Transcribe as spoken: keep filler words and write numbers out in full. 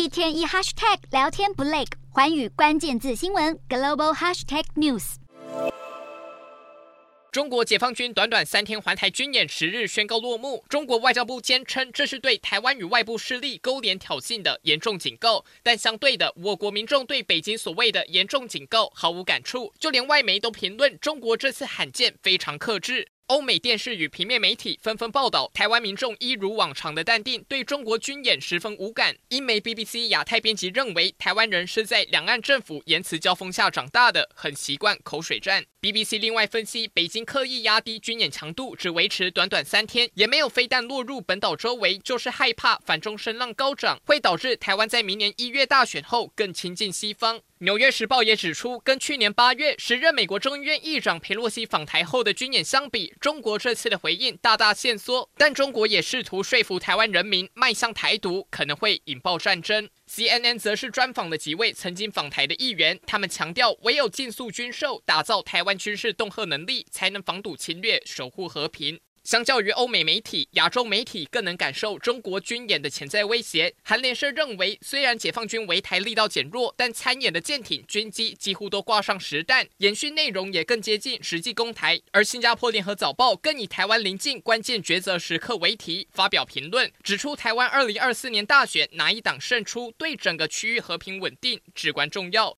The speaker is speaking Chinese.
一天一 hashtag 聊天不累，寰宇关键字新闻 global hashtag news。 中国解放军短短三天环台军演十日宣告落幕。中国外交部坚称这是对台湾与外部势力勾连挑衅的严重警告，但相对的，我国民众对北京所谓的严重警告毫无感触，就连外媒都评论中国这次罕见非常克制。欧美电视与平面媒体纷纷报道，台湾民众一如往常的淡定，对中国军演十分无感。英媒 B B C 亚太编辑认为，台湾人是在两岸政府言辞交锋下长大的，很习惯口水战。B B C 另外分析，北京刻意压低军演强度，只维持短短三天，也没有飞弹落入本岛周围，就是害怕反中声浪高涨，会导致台湾在明年一月大选后更亲近西方。纽约时报也指出，跟去年八月时任美国众议院议长裴洛西访台后的军演相比，中国这次的回应大大限缩，但中国也试图说服台湾人民迈向台独，可能会引爆战争。C N N 则是专访了几位曾经访台的议员，他们强调，唯有尽速军售，打造台湾军事恫吓能力，才能防堵侵略，守护和平。相较于欧美媒体，亚洲媒体更能感受中国军演的潜在威胁。韩联社认为，虽然解放军围台力道减弱，但参演的舰艇、军机几乎都挂上实弹，演训内容也更接近实际攻台。而新加坡联合早报更以台湾临近关键抉择时刻为题，发表评论，指出台湾二零二四年大选哪一党胜出，对整个区域和平稳定至关重要。